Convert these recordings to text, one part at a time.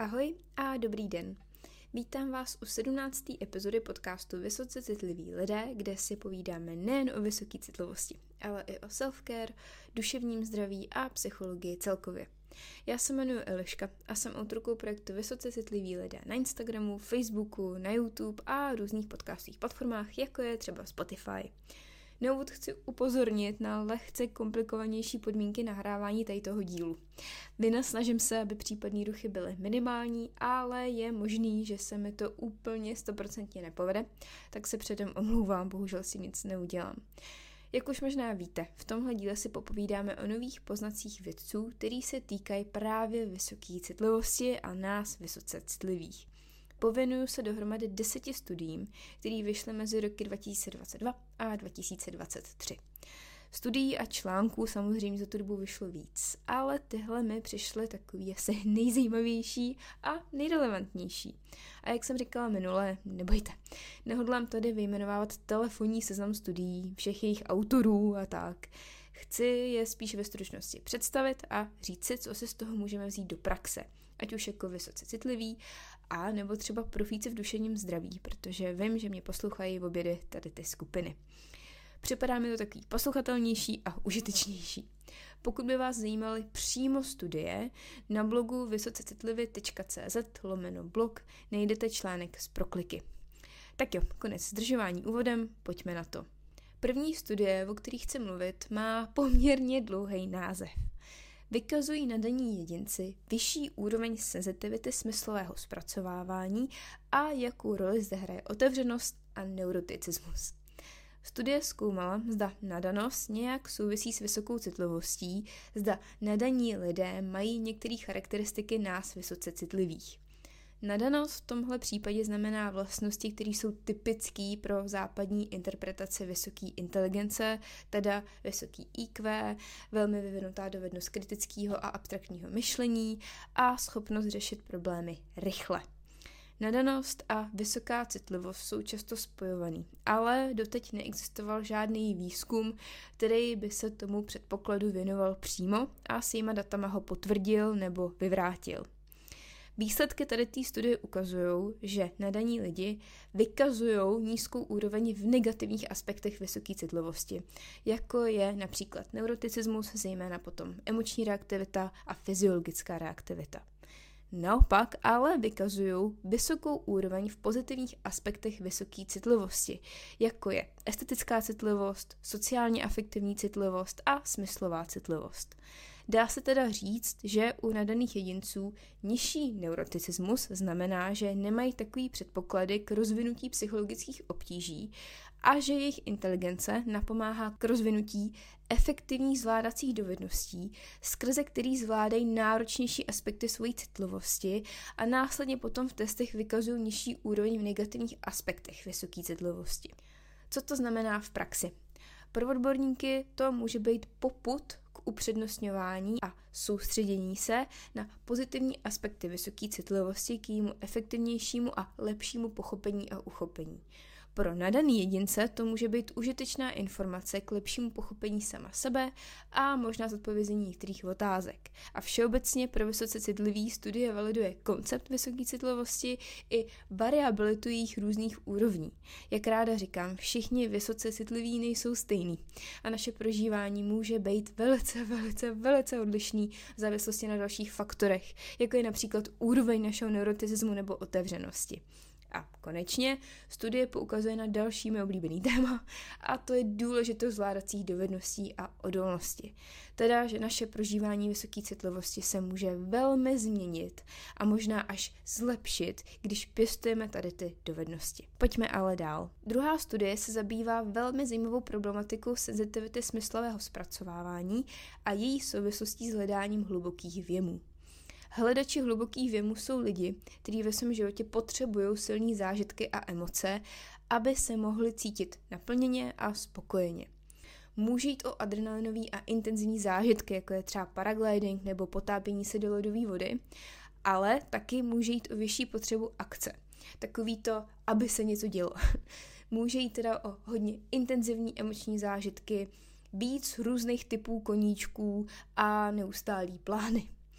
Ahoj a dobrý den. Vítám vás u 17. epizody podcastu Vysoce citliví lidé, kde si povídáme nejen o vysoké citlivosti, ale i o self-care, duševním zdraví a psychologii celkově. Já se jmenuji Eliška a jsem autorkou projektu Vysoce citliví lidé na Instagramu, Facebooku, na YouTube a různých podcastových platformách, jako je třeba Spotify. Na úvod chci upozornit na lehce komplikovanější podmínky nahrávání toho dílu. Vynasnažím se, aby případné ruchy byly minimální, ale je možný, že se mi to úplně 100% nepovede, tak se předem omlouvám, bohužel si nic neudělám. Jak už možná víte, v tomhle díle si popovídáme o nových poznacích vědců, který se týkají právě vysoké citlivosti a nás vysoce citlivých. Pověnuju se dohromady 10 studiím, které vyšly mezi roky 2022 a 2023. Studií a článků samozřejmě za tu dobu vyšlo víc, ale tyhle mi přišly takový asi nejzajímavější a nejrelevantnější. A jak jsem říkala minule, nebojte, nehodlám tady vyjmenovávat telefonní seznam studií, všech jejich autorů a tak. Chci je spíš ve stručnosti představit a říct si, co si z toho můžeme vzít do praxe, ať už jako vysoce citliví, a nebo třeba profíci v duševním zdraví, protože vím, že mě poslouchají v obě tady ty skupiny. Připadá mi to takový poslouchatelnější a užitečnější. Pokud by vás zajímaly přímo studie, na blogu vysocecitlivy.cz/blog najdete článek z prokliky. Tak jo, konec zdržování úvodem, pojďme na to. První studie, o kterých chci mluvit, má poměrně dlouhý název. Vykazují nadaní jedinci vyšší úroveň senzitivity smyslového zpracovávání a jakou roli zde hraje otevřenost a neuroticismus. Studie zkoumala, zda nadanost nějak souvisí s vysokou citlivostí, zda nadaní lidé mají některé charakteristiky nás vysoce citlivých. Nadanost v tomhle případě znamená vlastnosti, které jsou typické pro západní interpretaci vysoké inteligence, teda vysoký IQ, velmi vyvinutá dovednost kritického a abstraktního myšlení a schopnost řešit problémy rychle. Nadanost a vysoká citlivost jsou často spojovaný, ale doteď neexistoval žádný výzkum, který by se tomu předpokladu věnoval přímo a s těma datama ho potvrdil nebo vyvrátil. Výsledky tady té studie ukazují, že nadaní lidi vykazují nízkou úroveň v negativních aspektech vysoké citlivosti, jako je například neuroticismus, zejména potom emoční reaktivita a fyziologická reaktivita. Naopak ale vykazují vysokou úroveň v pozitivních aspektech vysoké citlivosti, jako je estetická citlivost, sociálně afektivní citlivost a smyslová citlivost. Dá se teda říct, že u nadaných jedinců nižší neuroticismus znamená, že nemají takový předpoklady k rozvinutí psychologických obtíží a že jejich inteligence napomáhá k rozvinutí efektivních zvládacích dovedností, skrze který zvládají náročnější aspekty svojí citlivosti a následně potom v testech vykazují nižší úroveň v negativních aspektech vysoké citlivosti. Co to znamená v praxi? Pro odborníky to může být popud k upřednostňování a soustředění se na pozitivní aspekty vysoké citlivosti k jejímu efektivnějšímu a lepšímu pochopení a uchopení. Pro nadaný jedince to může být užitečná informace k lepšímu pochopení sama sebe a možná zodpovězení některých otázek. A všeobecně pro vysoce citlivý studie validuje koncept vysoké citlivosti i variabilitu jejich různých úrovní. Jak ráda říkám, všichni vysoce citliví nejsou stejný a naše prožívání může být velice odlišný v závislosti na dalších faktorech, jako je například úroveň našeho neuroticismu nebo otevřenosti. A konečně studie poukazuje na další mé oblíbený téma, a to je důležitost zvládacích dovedností a odolnosti. Teda, že naše prožívání vysoké citlivosti se může velmi změnit a možná až zlepšit, když pěstujeme tady ty dovednosti. Pojďme ale dál. Druhá studie se zabývá velmi zajímavou problematikou senzitivity smyslového zpracovávání a její souvislostí s hledáním hlubokých věmů. Hledači hlubokých věmů jsou lidi, kteří ve svém životě potřebují silné zážitky a emoce, aby se mohli cítit naplněně a spokojeně. Může jít o adrenalinové a intenzivní zážitky, jako je třeba paragliding nebo potápění se do ledové vody, ale taky může jít o vyšší potřebu akce. Takový to, aby se něco dělo. Může jít teda o hodně intenzivní emoční zážitky, víc různých typů koníčků a neustálý plány.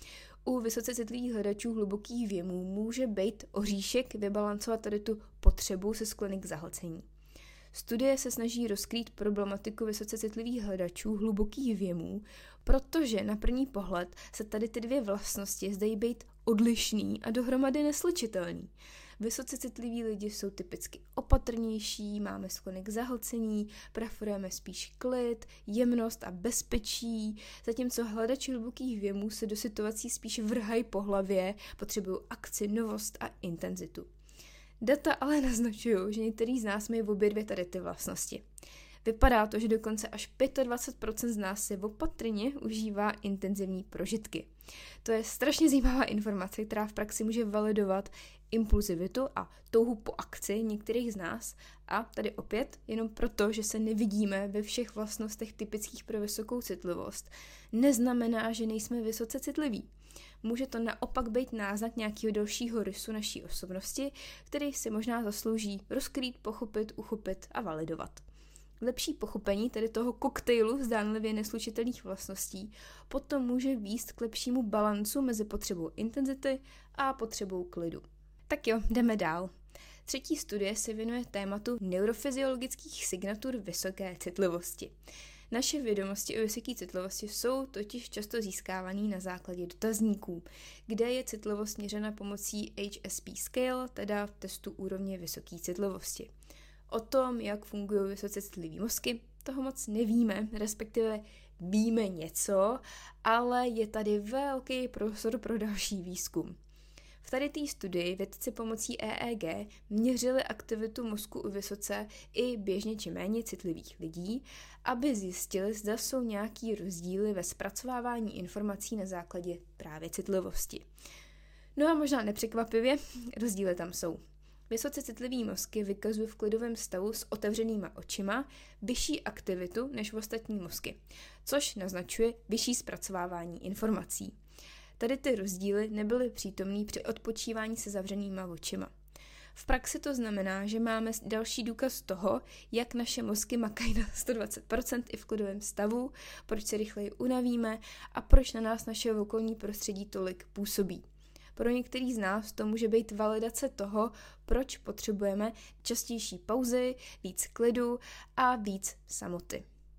U vysoce citlivých hledačů hlubokých věmů může být oříšek vybalancovat tady tu potřebu se sklony k zahlcení. Studie se snaží rozkrýt problematiku vysoce citlivých hledačů hlubokých věmů, protože na první pohled se tady ty dvě vlastnosti zdají být odlišný a dohromady neslučitelný. Vysoce citliví lidi jsou typicky opatrnější, máme sklony k zahlcení, preferujeme spíš klid, jemnost a bezpečí, zatímco hledači hlubokých věmů se do situací spíš vrhají po hlavě, potřebují akci, novost a intenzitu. Data ale naznačují, že některý z nás mají obě dvě tady ty vlastnosti. Vypadá to, že dokonce až 25% z nás si opatrně užívá intenzivní prožitky. To je strašně zajímavá informace, která v praxi může validovat impulzivitu a touhu po akci některých z nás a tady opět jenom proto, že se nevidíme ve všech vlastnostech typických pro vysokou citlivost, neznamená, že nejsme vysoce citliví. Může to naopak být náznak nějakého dalšího rysu naší osobnosti, který si možná zaslouží rozkrýt, pochopit, uchopit a validovat. Lepší pochopení tedy toho koktejlu zdánlivě neslučitelných vlastností potom může vést k lepšímu balancu mezi potřebou intenzity a potřebou klidu. Tak jo, jdeme dál. Třetí studie se věnuje tématu neurofyziologických signatur vysoké citlivosti. Naše vědomosti o vysoké citlivosti jsou totiž často získávané na základě dotazníků, kde je citlivost měřena pomocí HSP scale, teda testu úrovně vysoké citlivosti. O tom, jak fungují vysoce citlivý mozky, toho moc nevíme, respektive víme něco, ale je tady velký prostor pro další výzkum. V tady té studii vědci pomocí EEG měřili aktivitu mozku u vysoce i běžně či méně citlivých lidí, aby zjistili, zda jsou nějaký rozdíly ve zpracovávání informací na základě právě citlivosti. No a možná nepřekvapivě, rozdíly tam jsou. Vysoce citlivý mozky vykazují v klidovém stavu s otevřenýma očima vyšší aktivitu než ostatní mozky, což naznačuje vyšší zpracovávání informací. Tady ty rozdíly nebyly přítomný při odpočívání se zavřenýma očima. V praxi to znamená, že máme další důkaz toho, jak naše mozky makají na 120% i v klidovém stavu, proč se rychleji unavíme a proč na nás naše okolní prostředí tolik působí. Pro některý z nás to může být validace toho, proč potřebujeme častější pauzy, víc klidu a víc samoty.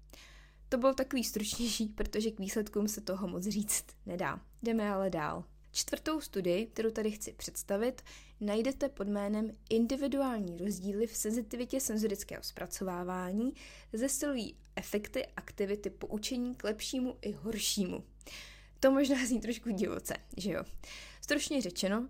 To bylo takový stručnější, protože k výsledkům se toho moc říct nedá. Jdeme ale dál. Čtvrtou studii, kterou tady chci představit, najdete pod jménem Individuální rozdíly v senzitivitě senzorického zpracovávání zesilují efekty aktivity poučení k lepšímu i horšímu. To možná zní trošku divoce, že jo? Stručně řečeno,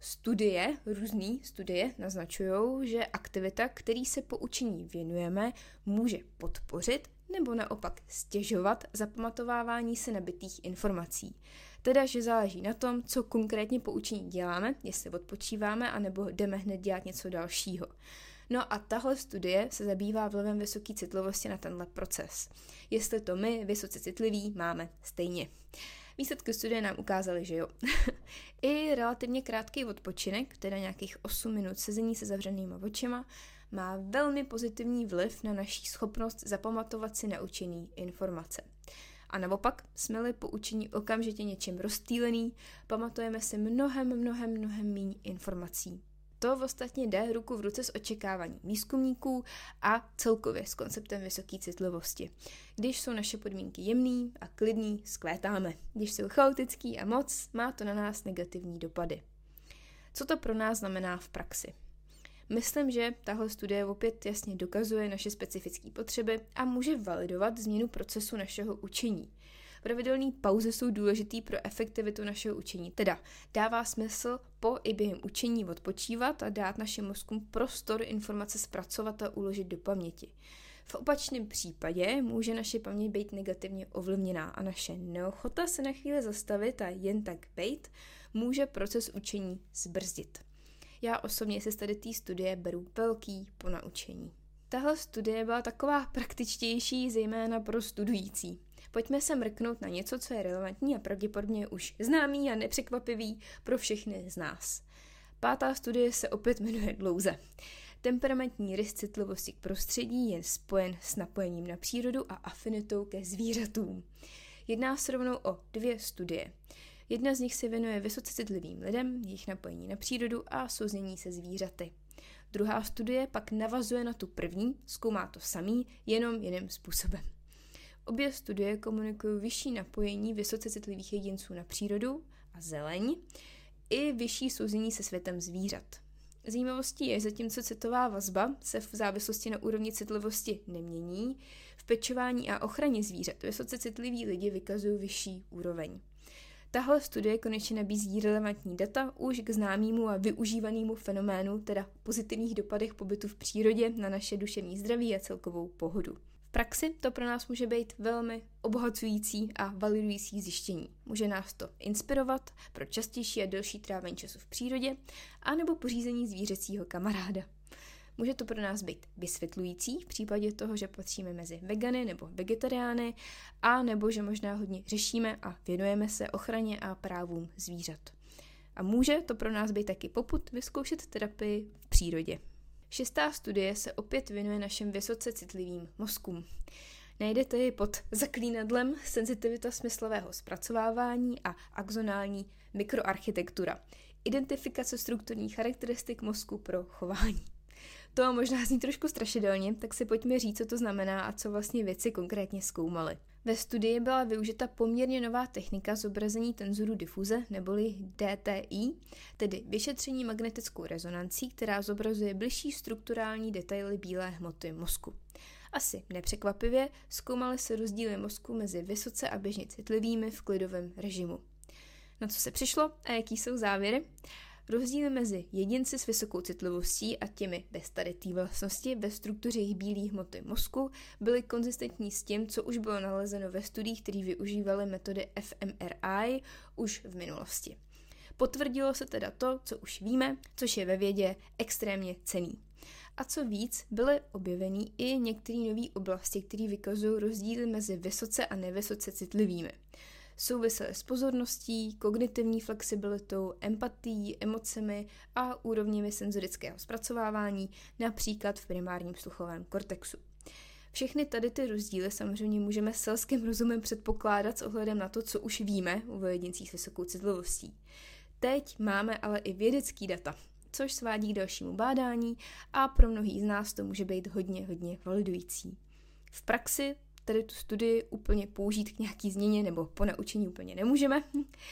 různé studie naznačují, že aktivita, který se poučení věnujeme, může podpořit nebo naopak stěžovat zapamatovávání se nabitých informací. Teda, že záleží na tom, co konkrétně poučení děláme, jestli odpočíváme, anebo jdeme hned dělat něco dalšího. No a tahle studie se zabývá vlivem vysoké citlivosti na tenhle proces. Jestli to my, vysoce citliví, máme stejně. Výsledky studie nám ukázaly, že jo. I relativně krátký odpočinek, teda nějakých 8 minut sezení se zavřenýma očima, má velmi pozitivní vliv na naši schopnost zapamatovat si naučený informace. A naopak, jsme-li po učení okamžitě něčím rozptýlený, pamatujeme si mnohem méně informací. To ostatně jde ruku v ruce s očekáváním výzkumníků a celkově s konceptem vysoké citlivosti. Když jsou naše podmínky jemný a klidný, zkvétáme. Když jsou chaotický a moc, má to na nás negativní dopady. Co to pro nás znamená v praxi? Myslím, že tahle studie opět jasně dokazuje naše specifické potřeby a může validovat změnu procesu našeho učení. Pravidelné pauzy jsou důležitý pro efektivitu našeho učení, teda dává smysl po i během učení odpočívat a dát našim mozkům prostor informace zpracovat a uložit do paměti. V opačném případě může naše paměť být negativně ovlivněná a naše neochota se na chvíli zastavit a jen tak bejt může proces učení zbrzdit. Já osobně si z tady té studie beru velký ponaučení. Tahle studie byla taková praktičtější, zejména pro studující. Pojďme se mrknout na něco, co je relevantní a pravděpodobně už známý a nepřekvapivý pro všechny z nás. 5. studie se opět jmenuje dlouze. Temperamentní rys citlivosti k prostředí je spojen s napojením na přírodu a afinitou ke zvířatům. Jedná se rovnou o 2 studie. Jedna z nich se věnuje vysoce citlivým lidem, jejich napojení na přírodu a souznění se zvířaty. Druhá studie pak navazuje na tu první, zkoumá to samý, jenom jiným způsobem. Obě studie komunikují vyšší napojení vysoce citlivých jedinců na přírodu a zeleň i vyšší souznění se světem zvířat. Zajímavostí je, zatímco citová vazba se v závislosti na úrovni citlivosti nemění, v pečování a ochraně zvířat vysoce citliví lidi vykazují vyšší úroveň. Tahle studie konečně nabízí relevantní data už k známému a využívanému fenoménu, teda pozitivních dopadech pobytu v přírodě na naše duševní zdraví a celkovou pohodu. V praxi to pro nás může být velmi obohacující a validující zjištění. Může nás to inspirovat pro častější a delší trávení času v přírodě anebo pořízení zvířecího kamaráda. Může to pro nás být vysvětlující v případě toho, že patříme mezi vegany nebo vegetariány a nebo že možná hodně řešíme a věnujeme se ochraně a právům zvířat. A může to pro nás být taky popud vyzkoušet terapii v přírodě. 6. studie se opět věnuje našim vysoce citlivým mozkům. Najdete ji pod zaklínadlem senzitivita smyslového zpracovávání a axonální mikroarchitektura. Identifikace strukturních charakteristik mozku pro chování. To možná zní trošku strašidelně, tak si pojďme říct, co to znamená a co vlastně vědci konkrétně zkoumali. Ve studii byla využita poměrně nová technika zobrazení tenzoru difuze, neboli DTI, tedy vyšetření magnetickou rezonancí, která zobrazuje bližší strukturální detaily bílé hmoty mozku. Asi nepřekvapivě zkoumaly se rozdíly mozku mezi vysoce a běžně citlivými v klidovém režimu. Na co se přišlo a jaký jsou závěry? Rozdíly mezi jedinci s vysokou citlivostí a těmi bez tady té vlastnosti ve struktuře jejich bílé hmoty mozku byly konzistentní s tím, co už bylo nalezeno ve studiích, které využívaly metody fMRI už v minulosti. Potvrdilo se teda to, co už víme, což je ve vědě extrémně cenný. A co víc, byly objeveny i některé nové oblasti, které vykazují rozdíly mezi vysoce a nevysoce citlivými. Souvisely s pozorností, kognitivní flexibilitou, empatií, emocemi a úrovněmi senzorického zpracovávání, například v primárním sluchovém kortexu. Všechny tady ty rozdíly samozřejmě můžeme selským rozumem předpokládat s ohledem na to, co už víme u jedincích s vysokou citlivostí. Teď máme ale i vědecký data, což svádí k dalšímu bádání a pro mnohý z nás to může být hodně validující. V praxi tady tu studii úplně použít k nějaký změně nebo po naučení úplně nemůžeme,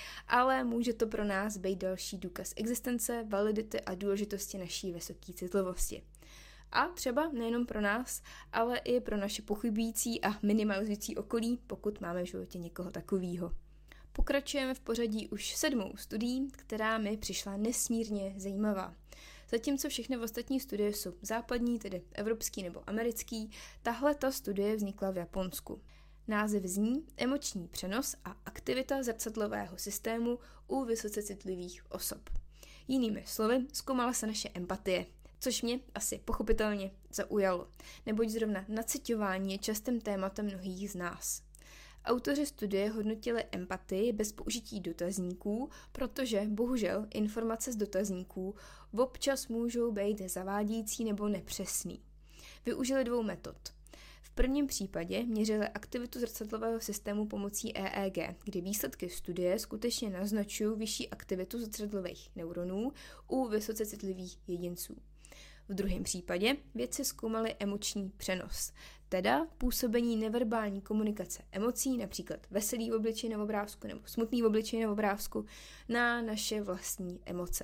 ale může to pro nás být další důkaz existence, validity a důležitosti naší vysoké citlivosti. A třeba nejenom pro nás, ale i pro naše pochybující a minimalizující okolí, pokud máme v životě někoho takového. Pokračujeme v pořadí už 7. studií, která mi přišla nesmírně zajímavá. Zatímco všechny ostatní studie jsou západní, tedy evropský nebo americký, tahle ta studie vznikla v Japonsku. Název zní Emoční přenos a aktivita zrcadlového systému u vysoce citlivých osob. Jinými slovy, zkoumala se naše empatie, což mě asi pochopitelně zaujalo, neboť zrovna naciťování je častým tématem mnohých z nás. Autoři studie hodnotili empatii bez použití dotazníků, protože bohužel informace z dotazníků občas můžou být zavádějící nebo nepřesný. Využili 2 metod. V prvním případě měřili aktivitu zrcadlového systému pomocí EEG, kdy výsledky studie skutečně naznačují vyšší aktivitu zrcadlových neuronů u vysoce citlivých jedinců. V druhém případě vědci zkoumali emoční přenos, teda působení neverbální komunikace emocí, například veselý obličej na obrázku nebo smutný obličej na obrázku, na naše vlastní emoce.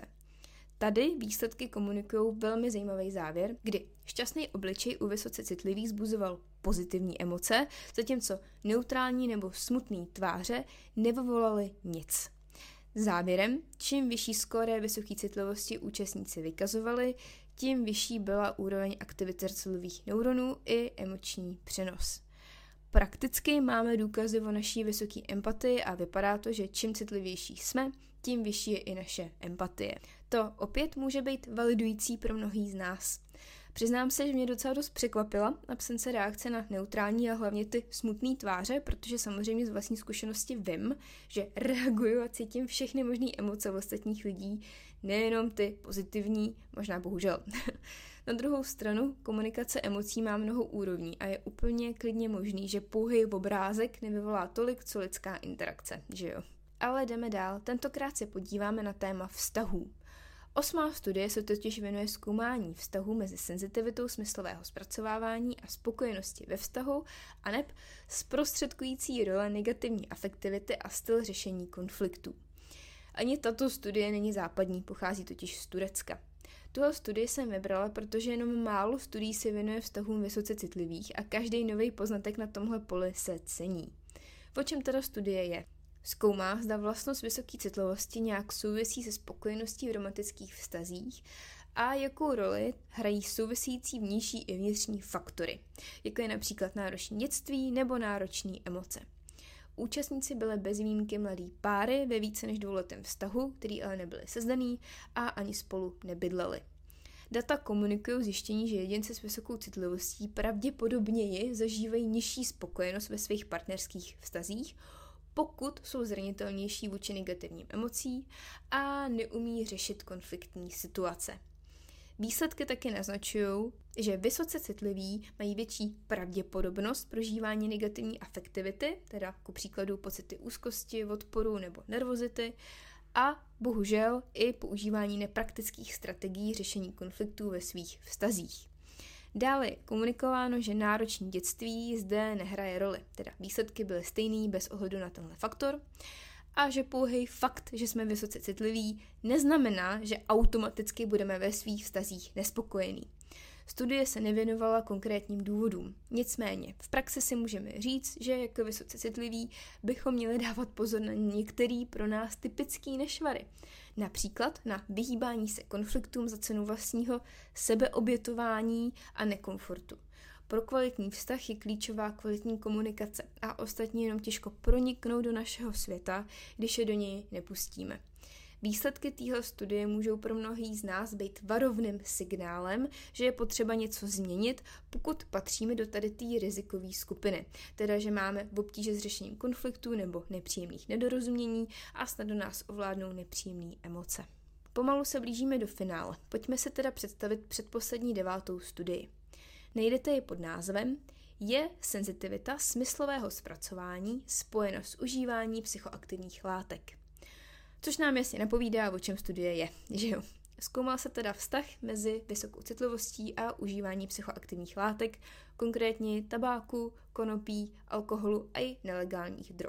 Tady výsledky komunikují velmi zajímavý závěr, kdy šťastný obličej u vysoce citlivých vzbuzoval pozitivní emoce, zatímco neutrální nebo smutný tváře nevyvolaly nic. Závěrem, čím vyšší skóre vysoké citlivosti účastníci vykazovali, tím vyšší byla úroveň aktivity zrcadlových neuronů i emoční přenos. Prakticky máme důkazy o naší vysoké empatii a vypadá to, že čím citlivější jsme, tím vyšší je i naše empatie. To opět může být validující pro mnohý z nás. Přiznám se, že mě docela dost překvapila absence reakce na neutrální a hlavně ty smutné tváře, protože samozřejmě z vlastní zkušenosti vím, že reaguju a cítím všechny možné emoce ostatních lidí, nejenom ty pozitivní, možná bohužel. Na druhou stranu, komunikace emocí má mnoho úrovní a je úplně klidně možný, že pouhý obrázek nevyvolá tolik, co lidská interakce, že jo? Ale jdeme dál, tentokrát se podíváme na téma vztahů. 8. studie se totiž věnuje zkoumání vztahu mezi senzitivitou smyslového zpracovávání a spokojenosti ve vztahu aneb zprostředkující role negativní afektivity a styl řešení konfliktů. Ani tato studie není západní, pochází totiž z Turecka. Tuhle studii jsem vybrala, protože jenom málo studií se věnuje vztahům vysoce citlivých a každý nový poznatek na tomhle poli se cení. O čem teda studie je? Zkoumá, zda vlastnost vysoké citlivosti nějak souvisí se spokojeností v romantických vztazích a jakou roli hrají související vnější i vnitřní faktory, jako je například náročné dětství nebo náročné emoce. Účastníci byly bez výjimky mladý páry ve více než 2letém vztahu, který ale nebyli sezdaný a ani spolu nebydleli. Data komunikují zjištění, že jedinci s vysokou citlivostí pravděpodobněji zažívají nižší spokojenost ve svých partnerských vztazích, pokud jsou zranitelnější vůči negativním emocím a neumí řešit konfliktní situace. Výsledky taky naznačují, že vysoce citliví mají větší pravděpodobnost prožívání negativní afektivity, teda ku příkladu pocity úzkosti, odporu nebo nervozity, a bohužel i používání nepraktických strategií řešení konfliktů ve svých vztazích. Dále je komunikováno, že náročné dětství zde nehraje roli, teda výsledky byly stejný bez ohledu na tenhle faktor, a že pouhý fakt, že jsme vysoce citliví, neznamená, že automaticky budeme ve svých vztazích nespokojení. Studie se nevěnovala konkrétním důvodům. Nicméně, v praxi si můžeme říct, že jako vysoce citliví bychom měli dávat pozor na některé pro nás typické nešvary. Například na vyhýbání se konfliktům za cenu vlastního sebeobětování a nekomfortu. Pro kvalitní vztah je klíčová kvalitní komunikace a ostatní jenom těžko proniknou do našeho světa, když je do něj nepustíme. Výsledky téhle studie můžou pro mnohý z nás být varovným signálem, že je potřeba něco změnit, pokud patříme do tady té rizikové skupiny, teda že máme obtíže s řešením konfliktů nebo nepříjemných nedorozumění a snadno nás ovládnou nepříjemné emoce. Pomalu se blížíme do finále, pojďme se teda představit předposlední 9. studii. Najdete ji pod názvem Je senzitivita smyslového zpracování spojena s užívání psychoaktivních látek. Což nám jasně napovídá, o čem studie je, že jo. Zkoumal se teda vztah mezi vysokou citlivostí a užívání psychoaktivních látek, konkrétně tabáku, konopí, alkoholu a i nelegálních drog.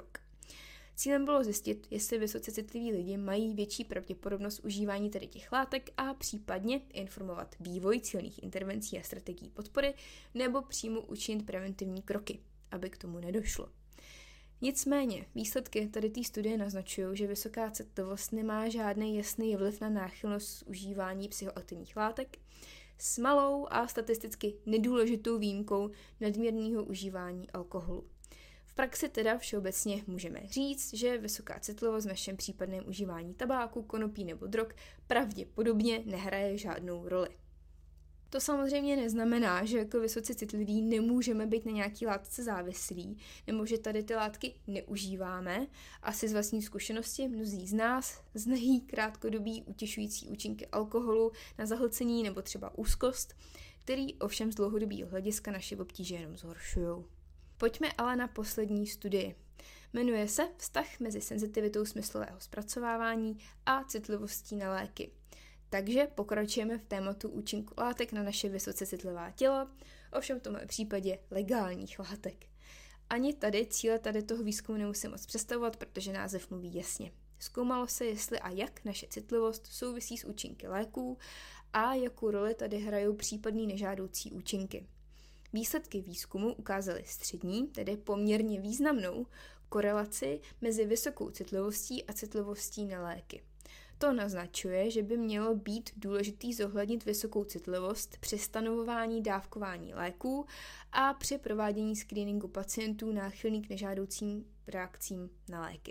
Cílem bylo zjistit, jestli vysoce citliví lidi mají větší pravděpodobnost užívání tady těch látek a případně informovat vývoj cílených intervencí a strategií podpory nebo přímo učinit preventivní kroky, aby k tomu nedošlo. Nicméně výsledky tady té studie naznačují, že vysoká citlivost nemá žádný jasný vliv na náchylnost užívání psychoaktivních látek s malou a statisticky nedůležitou výjimkou nadměrného užívání alkoholu. V praxi teda všeobecně můžeme říct, že vysoká citlivost v našem případném užívání tabáku, konopí nebo drog pravděpodobně nehraje žádnou roli. To samozřejmě neznamená, že jako vysoce citliví nemůžeme být na nějaký látce závislí, nebo že tady ty látky neužíváme. Asi z vlastní zkušenosti mnozí z nás znají krátkodobý utěšující účinky alkoholu na zahlcení nebo třeba úzkost, který ovšem z dlouhodobého hlediska naše obtíže jenom zhoršují. Pojďme ale na poslední studii. Jmenuje se Vztah mezi senzitivitou smyslového zpracovávání a citlivostí na léky. Takže pokračujeme v tématu účinku látek na naše vysoce citlivá těla, ovšem v tomhle případě legálních látek. Ani tady cíle tady toho výzkumu nemusím moc představovat, protože název mluví jasně. Zkoumalo se, jestli a jak naše citlivost souvisí s účinky léků a jakou roli tady hrajou případný nežádoucí účinky. Výsledky výzkumu ukázaly střední, tedy poměrně významnou, korelaci mezi vysokou citlivostí a citlivostí na léky. To naznačuje, že by mělo být důležitý zohlednit vysokou citlivost při stanovování dávkování léků a při provádění screeningu pacientů náchylných k nežádoucím reakcím na léky.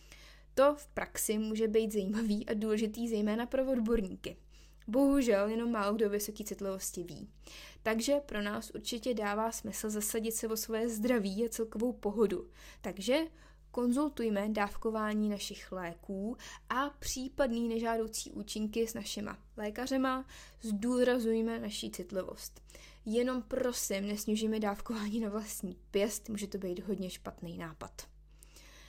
To v praxi může být zajímavý a důležitý zejména pro odborníky. Bohužel jenom málo kdo o vysoké citlivosti ví. Takže pro nás určitě dává smysl zasadit se o své zdraví a celkovou pohodu. Takže konzultujme dávkování našich léků a případný nežádoucí účinky s našima lékařema, zdůrazujme naši citlivost. Jenom prosím, nesnižujme dávkování na vlastní pěst, může to být hodně špatný nápad.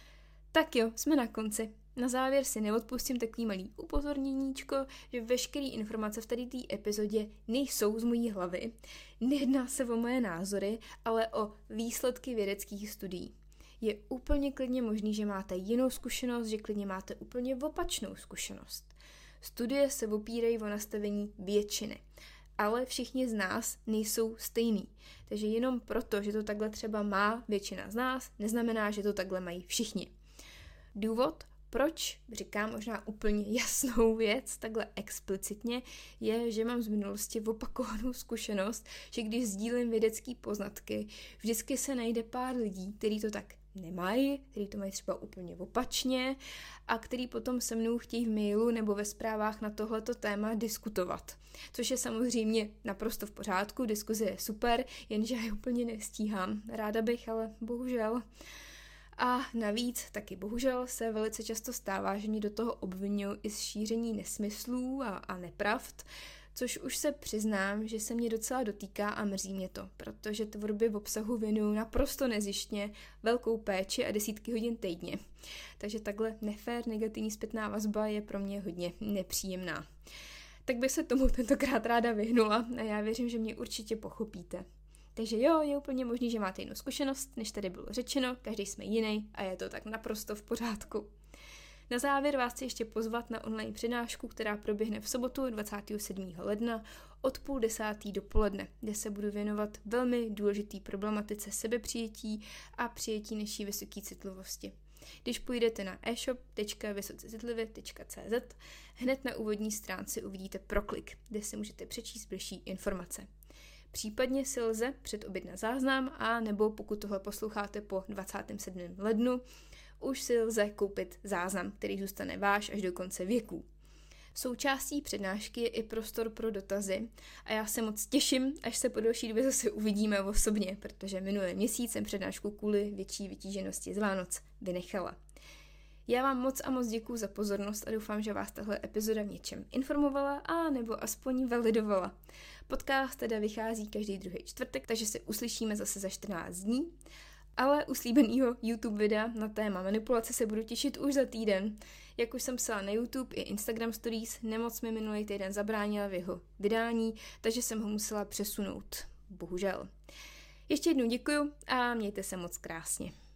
Tak jo, jsme na konci. Na závěr si neodpustím takový malý upozorněníčko, že veškeré informace v tady té epizodě nejsou z mojí hlavy. Nejedná se o moje názory, ale o výsledky vědeckých studií. Je úplně klidně možný, že máte jinou zkušenost, že klidně máte úplně opačnou zkušenost. Studie se opírají o nastavení většiny, ale všichni z nás nejsou stejný. Takže jenom proto, že to takhle třeba má většina z nás, neznamená, že to takhle mají všichni. Důvod, proč říkám možná úplně jasnou věc, takhle explicitně, je, že mám z minulosti opakovanou zkušenost, že když sdílím vědecké poznatky, vždycky se najde pár lidí, kteří to tak nemají, kteří to mají třeba úplně opačně a který potom se mnou chtějí v mailu nebo ve zprávách na tohleto téma diskutovat. Což je samozřejmě naprosto v pořádku, diskuze je super, jenže já je úplně nestíhám. Ráda bych, ale bohužel. A navíc taky bohužel se velice často stává, že mě do toho obvinují i z šíření nesmyslů a nepravd, což už se přiznám, že se mě docela dotýká a mrzí mě to, protože tvorbě v obsahu věnuju naprosto nezištně velkou péči a desítky hodin týdně. Takže takhle nefér negativní zpětná vazba je pro mě hodně nepříjemná. Tak bych se tomu tentokrát ráda vyhnula a já věřím, že mě určitě pochopíte. Takže jo, je úplně možný, že máte jinou zkušenost, než tady bylo řečeno, každý jsme jiný a je to tak naprosto v pořádku. Na závěr vás chci ještě pozvat na online přednášku, která proběhne v sobotu 27. ledna od 9:30 dopoledne, kde se budu věnovat velmi důležitý problematice sebepřijetí a přijetí naší vysoké citlivosti. Když půjdete na e-shop.vysocecitlivy.cz, hned na úvodní stránce uvidíte proklik, kde si můžete přečíst bližší informace. Případně si lze předoběd na záznam a nebo pokud tohle posloucháte po 27. lednu, už si lze koupit záznam, který zůstane váš až do konce věků. Součástí přednášky je i prostor pro dotazy a já se moc těším, až se po delší době zase uvidíme osobně, protože minulý měsíc jsem přednášku kvůli větší vytíženosti z Vánoc vynechala. Já vám moc a moc děkuju za pozornost a doufám, že vás tahle epizoda v něčem informovala a nebo aspoň validovala. Podcast teda vychází každý druhý čtvrtek, takže se uslyšíme zase za 14 dní. Ale u slíbenýho YouTube videa na téma manipulace se budu těšit už za týden. Jak už jsem psala na YouTube i Instagram Stories, nemoc mi minulý týden zabránila v jeho vydání, takže jsem ho musela přesunout. Bohužel. Ještě jednou děkuju a mějte se moc krásně.